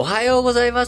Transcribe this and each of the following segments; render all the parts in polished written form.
おはようございます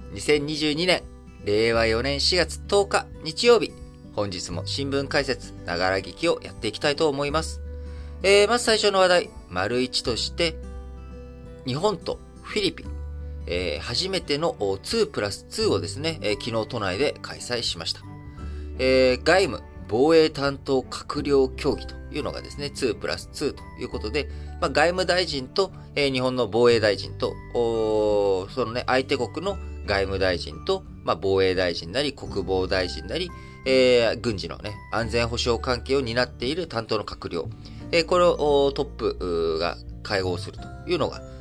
。2022年、令和4年4月10日日曜日。本日も新聞解説、ながら聞きをやっていきたいと思います。まず最初の話題、丸1として、日本とフィリピン、初めての2+2をですね、昨日都内で開催しました。外務、防衛担当閣僚協議というのがですね、2+2ということで、外務大臣と、日本の防衛大臣と、そのね、相手国の外務大臣と、防衛大臣なり、国防大臣なり、軍事のね、安全保障関係を担っている担当の閣僚、これをトップが会合するというのが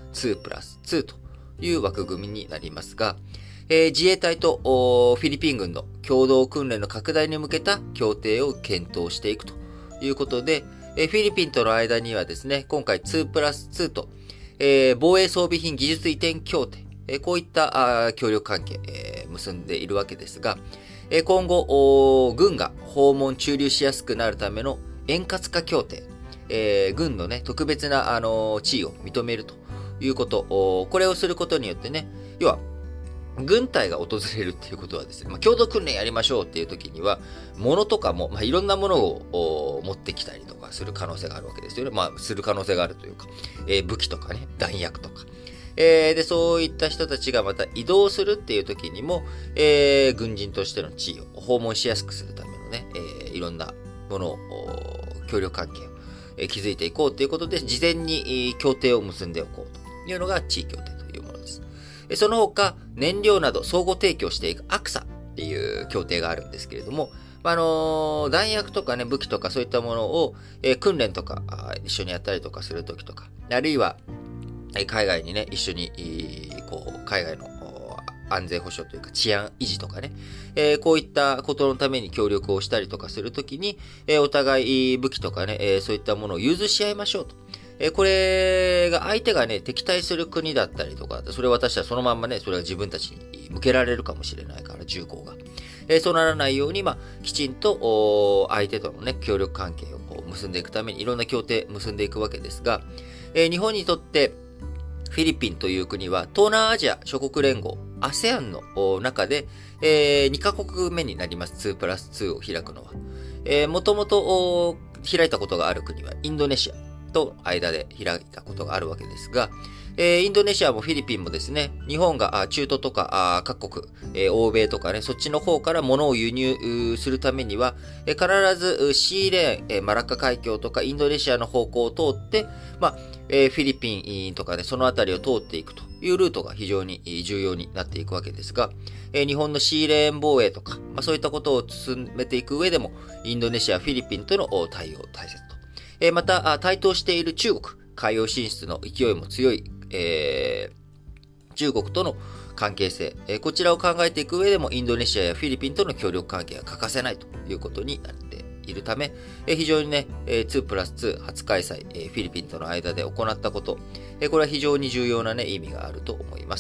2+2という枠組みになりますが、自衛隊とフィリピン軍の共同訓練の拡大に向けた協定を検討していくということで、フィリピンとの間にはですね、今回2+2と、防衛装備品技術移転協定、こういった協力関係、結んでいるわけですが、今後、軍が訪問駐留しやすくなるための円滑化協定、軍のね、特別な地位を認めるということ、これをすることによってね、要は、軍隊が訪れるっていうことはですね、共同訓練やりましょうっていう時には、物とかも、いろんなものを持ってきたりとかする可能性があるわけですよね。する可能性があるというか、武器とかね、弾薬とか。で、そういった人たちがまた移動するっていう時にも、軍人としての地位を訪問しやすくするためのね、いろんなものを、協力関係を、築いていこうということで、事前に協定を結んでおこうというのが地位協定というものです。その他、燃料など相互提供していくアクサっていう協定があるんですけれども、弾薬とかね、武器とかそういったものを、訓練とか一緒にやったりとかするときとか、あるいは、海外にね、一緒に、海外の安全保障というか治安維持とかね、こういったことのために協力をしたりとかするときに、お互い武器とかね、そういったものを融通し合いましょうと。これが相手がね、敵対する国だったりとか、それを私はそのまんまね、それは自分たちに向けられるかもしれないから、銃口が。そうならないように、きちんと、相手とのね、協力関係を結んでいくために、いろんな協定結んでいくわけですが、日本にとって、フィリピンという国は、東南アジア諸国連合、ASEAN の中で、2カ国目になります。2+2を開くのは。もともと開いたことがある国は、インドネシアと間で開いたことがあるわけですが、インドネシアもフィリピンもですね、日本が中東とか各国、欧米とかね、そっちの方から物を輸入するためには、必ずシーレーン、マラッカ海峡とかインドネシアの方向を通って、フィリピンとかね、そのあたりを通っていくというルートが非常に重要になっていくわけですが、日本のシーレーン防衛とか、そういったことを進めていく上でも、インドネシア、フィリピンとの対応大切と。また、台頭している中国、海洋進出の勢いも強い、中国との関係性、こちらを考えていく上でもインドネシアやフィリピンとの協力関係が欠かせないということになっているため、非常にね、2+2 初開催、フィリピンとの間で行ったこと、これは非常に重要なね、意味があると思います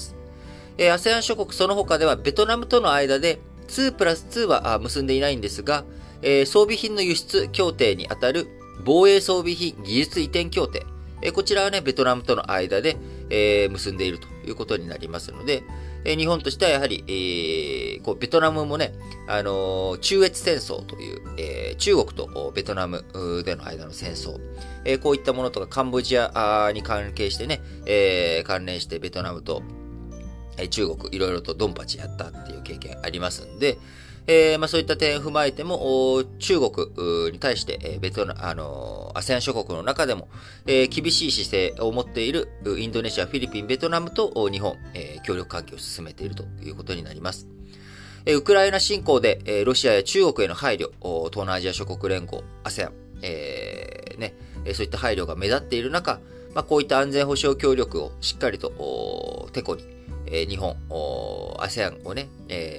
。ASEAN 諸国その他ではベトナムとの間で 2+2 は結んでいないんですが、装備品の輸出協定にあたる防衛装備品技術移転協定、こちらはね、ベトナムとの間で、結んでいるということになりますので、日本としてはやはり、ベトナムもね、中越戦争という、中国とベトナムでの間の戦争、こういったものとかカンボジアに関係してね、関連してベトナムと中国いろいろとドンパチやったっていう経験ありますんで、そういった点を踏まえても、中国に対して、ASEAN 諸国の中でも、厳しい姿勢を持っているインドネシア、フィリピン、ベトナムと日本、協力関係を進めているということになります。ウクライナ侵攻で、ロシアや中国への配慮、東南アジア諸国連合、ASEAN、そういった配慮が目立っている中、こういった安全保障協力をしっかりと、テコに、日本、ASEAN をね、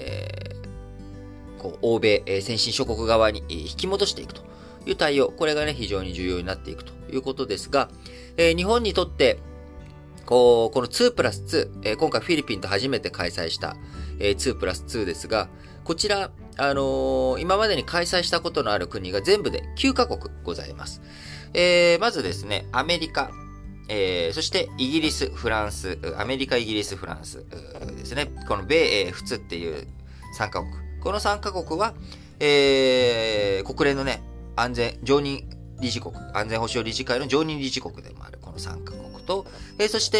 欧米、先進諸国側に引き戻していくという対応、これがね、非常に重要になっていくということですが、日本にとって、この 2+2、今回フィリピンと初めて開催した、2+2 ですが、こちら、今までに開催したことのある国が全部で9カ国ございます。まずですね、アメリカ、 そしてイギリス、フランス、アメリカ、イギリス、フランスですね。この米英仏っていう3カ国。この3カ国は、国連のね、常任理事国、安全保障理事会の常任理事国でもあるこの3カ国と、そして、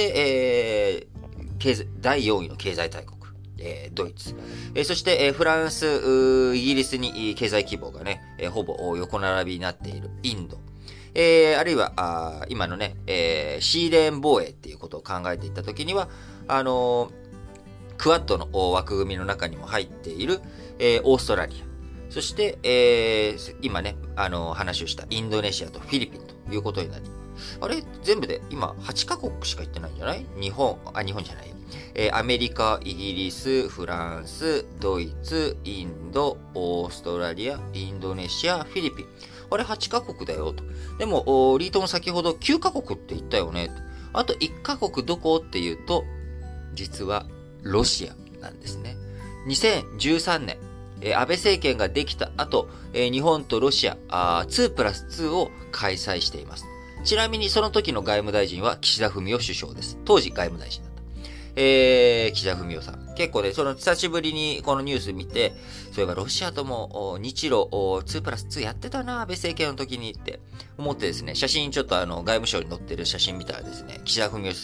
第4位の経済大国、ドイツ、そして、フランス、イギリスに経済規模がね、ほぼ横並びになっているインド、あるいは今のね、シーレーン防衛っていうことを考えていったときには、クワッドの枠組みの中にも入っている、オーストラリア、そして、今ね、話をしたインドネシアとフィリピンということになり、あれ全部で今8カ国しか行ってないんじゃない？日本じゃない。アメリカ、イギリス、フランス、ドイツ、インド、オーストラリア、インドネシア、フィリピン。あれ8カ国だよと。でも、リートも先ほど9カ国って言ったよね。あと1カ国どこっていうと、実はロシアなんですね。2013年、安倍政権ができた後、日本とロシア2+2を開催しています。ちなみにその時の外務大臣は岸田文雄首相です。当時外務大臣だった。岸田文雄さん。結構ね、久しぶりにこのニュース見て、そういえばロシアとも日露2+2やってたな、安倍政権の時にって思ってですね、写真ちょっと外務省に載ってる写真見たらですね、岸田文雄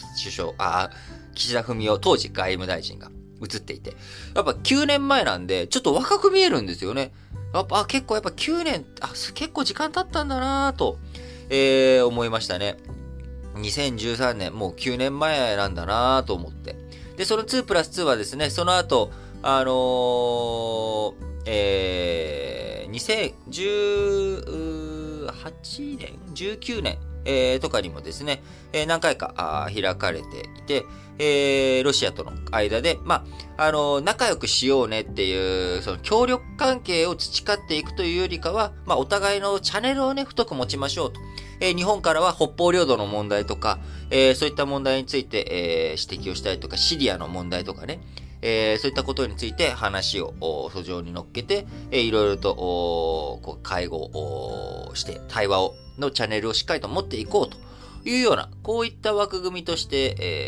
当時外務大臣が映っていて、やっぱ9年前なんで、ちょっと若く見えるんですよね。結構9年、結構時間経ったんだなぁと、思いましたね。2013年、もう9年前なんだなぁと思って。で、その2+2はですね、その後、2018年、19年、とかにもですね、何回か開かれていて、ロシアとの間で、仲良くしようねっていう、その協力関係を培っていくというよりかは、お互いのチャンネルをね、太く持ちましょうと。日本からは北方領土の問題とか、そういった問題について、指摘をしたりとか、シリアの問題とかね、そういったことについて話を訴状に乗っけて、いろいろと会合をして対話のチャンネルをしっかりと持っていこうというような、こういった枠組みとして、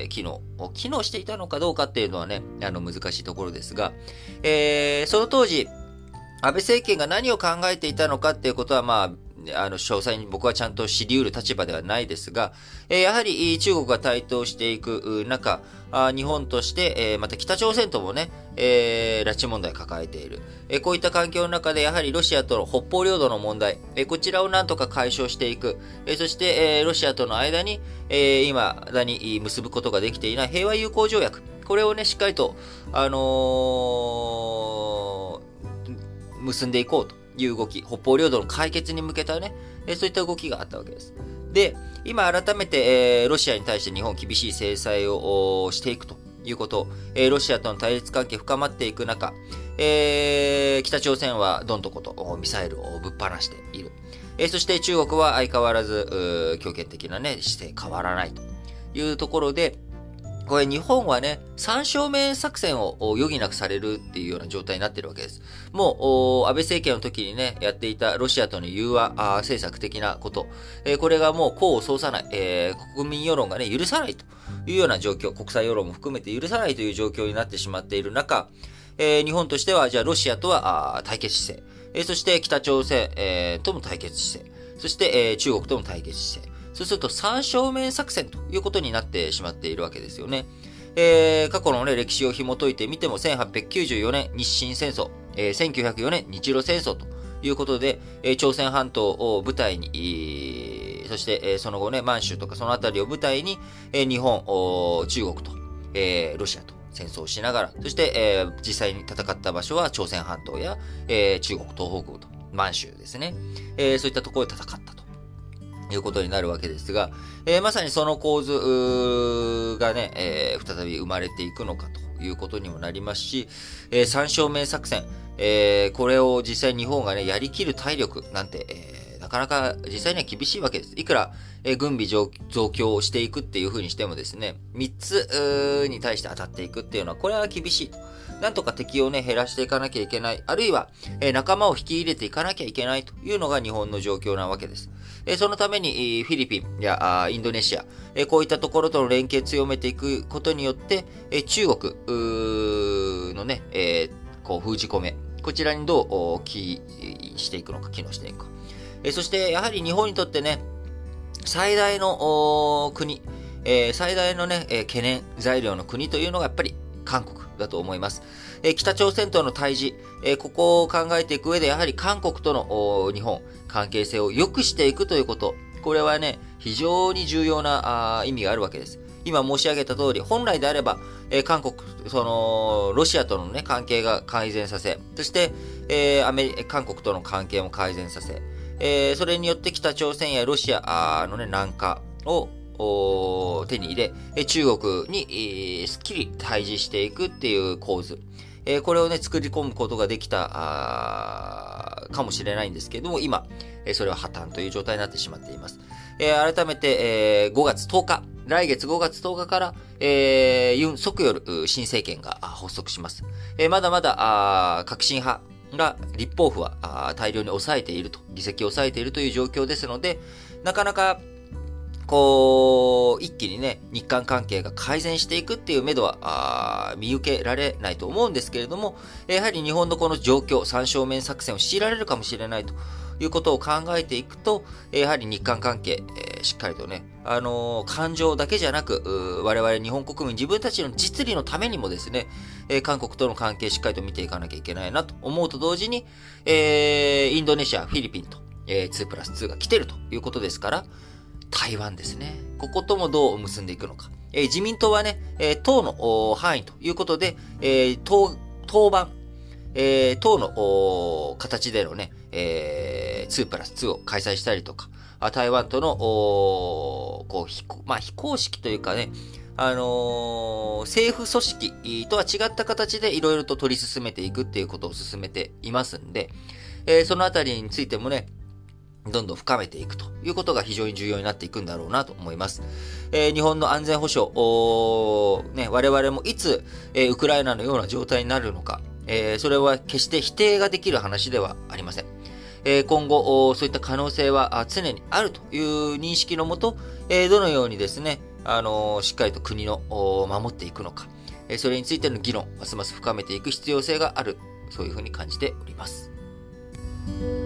機能していたのかどうかっていうのはね、難しいところですが、その当時、安倍政権が何を考えていたのかっていうことは、詳細に僕はちゃんと知り得る立場ではないですが、やはり中国が台頭していく中、日本として、また北朝鮮ともね、拉致問題を抱えている。こういった環境の中で、やはりロシアとの北方領土の問題、こちらをなんとか解消していく。そして、ロシアとの間に、未だに結ぶことができていない平和友好条約。これをね、しっかりと、結んでいこうという動き、北方領土の解決に向けたね、そういった動きがあったわけです。で、今改めて、ロシアに対して日本厳しい制裁をしていくということ、ロシアとの対立関係深まっていく中、北朝鮮はどんどことミサイルをぶっ放している。そして中国は相変わらず強権的なね、姿勢変わらないというところで、これ日本はね、三正面作戦を余儀なくされるっていうような状態になってるわけです。もう、安倍政権の時にね、やっていたロシアとの融和政策的なこと、これがもう功を奏さない、国民世論がね、許さないというような状況、国際世論も含めて許さないという状況になってしまっている中、日本としては、じゃあロシアとは対決姿勢、そして北朝鮮、とも対決姿勢、そして、中国とも対決姿勢、そうすると三正面作戦ということになってしまっているわけですよね。過去のね、歴史を紐解いてみても、1894年日清戦争、1904年日露戦争ということで、朝鮮半島を舞台に、そして、その後ね、満州とかそのあたりを舞台に、日本、中国と、ロシアと戦争をしながら、そして、実際に戦った場所は朝鮮半島や、中国東北部と満州ですね。そういったところで戦ったということになるわけですが、まさにその構図がね、再び生まれていくのかということにもなりますし、三正面作戦、これを実際日本がね、やりきる体力なんて、なかなか実際には厳しいわけです。いくら、軍備増強をしていくっていう風にしてもですね、3つに対して当たっていくっていうのは、これは厳しいと。なんとか敵をね、減らしていかなきゃいけない。あるいは、仲間を引き入れていかなきゃいけないというのが日本の状況なわけです。そのために、フィリピンやインドネシア、こういったところとの連携を強めていくことによって、中国のね、こう封じ込め、こちらにどう機能していくのか。そして、やはり日本にとってね、最大の国、最大のね、懸念材料の国というのがやっぱり韓国だと思います。北朝鮮との対峙、ここを考えていく上で、やはり韓国との日本、関係性を良くしていくということ、これはね、非常に重要な意味があるわけです。今申し上げた通り、本来であれば、韓国、ロシアとのね、関係が改善させ、そして、韓国との関係も改善させ、それによって北朝鮮やロシアのね、南下を手に入れ、中国に、すっきり対峙していくっていう構図。これをね、作り込むことができた、かもしれないんですけれども、今、それは破綻という状態になってしまっています。改めて、5月10日、来月5月10日から、ユン・ソクヨル新政権が発足します。まだまだ、革新派が立法府は大量に抑えていると、議席を抑えているという状況ですので、なかなか、こう、一気にね、日韓関係が改善していくっていう目処は、見受けられないと思うんですけれども、やはり日本のこの状況、三正面作戦を強いられるかもしれないということを考えていくと、やはり日韓関係、しっかりとね、感情だけじゃなく、我々日本国民自分たちの実利のためにもですね、韓国との関係しっかりと見ていかなきゃいけないなと思うと同時に、インドネシア、フィリピンと、2+2 が来てるということですから、台湾ですね。ここともどう結んでいくのか。自民党はね、党の範囲ということで、党の形でのね、2+2 を開催したりとか、台湾との非公式というかね、政府組織とは違った形でいろいろと取り進めていくっていうことを進めていますんで、そのあたりについてもね、どんどん深めていくということが非常に重要になっていくんだろうなと思います。日本の安全保障、我々もいつ、ウクライナのような状態になるのか、それは決して否定ができる話ではありません。今後、そういった可能性は常にあるという認識のもと、どのようにですね、しっかりと国の守っていくのか、それについての議論、ますます深めていく必要性がある、そういうふうに感じております。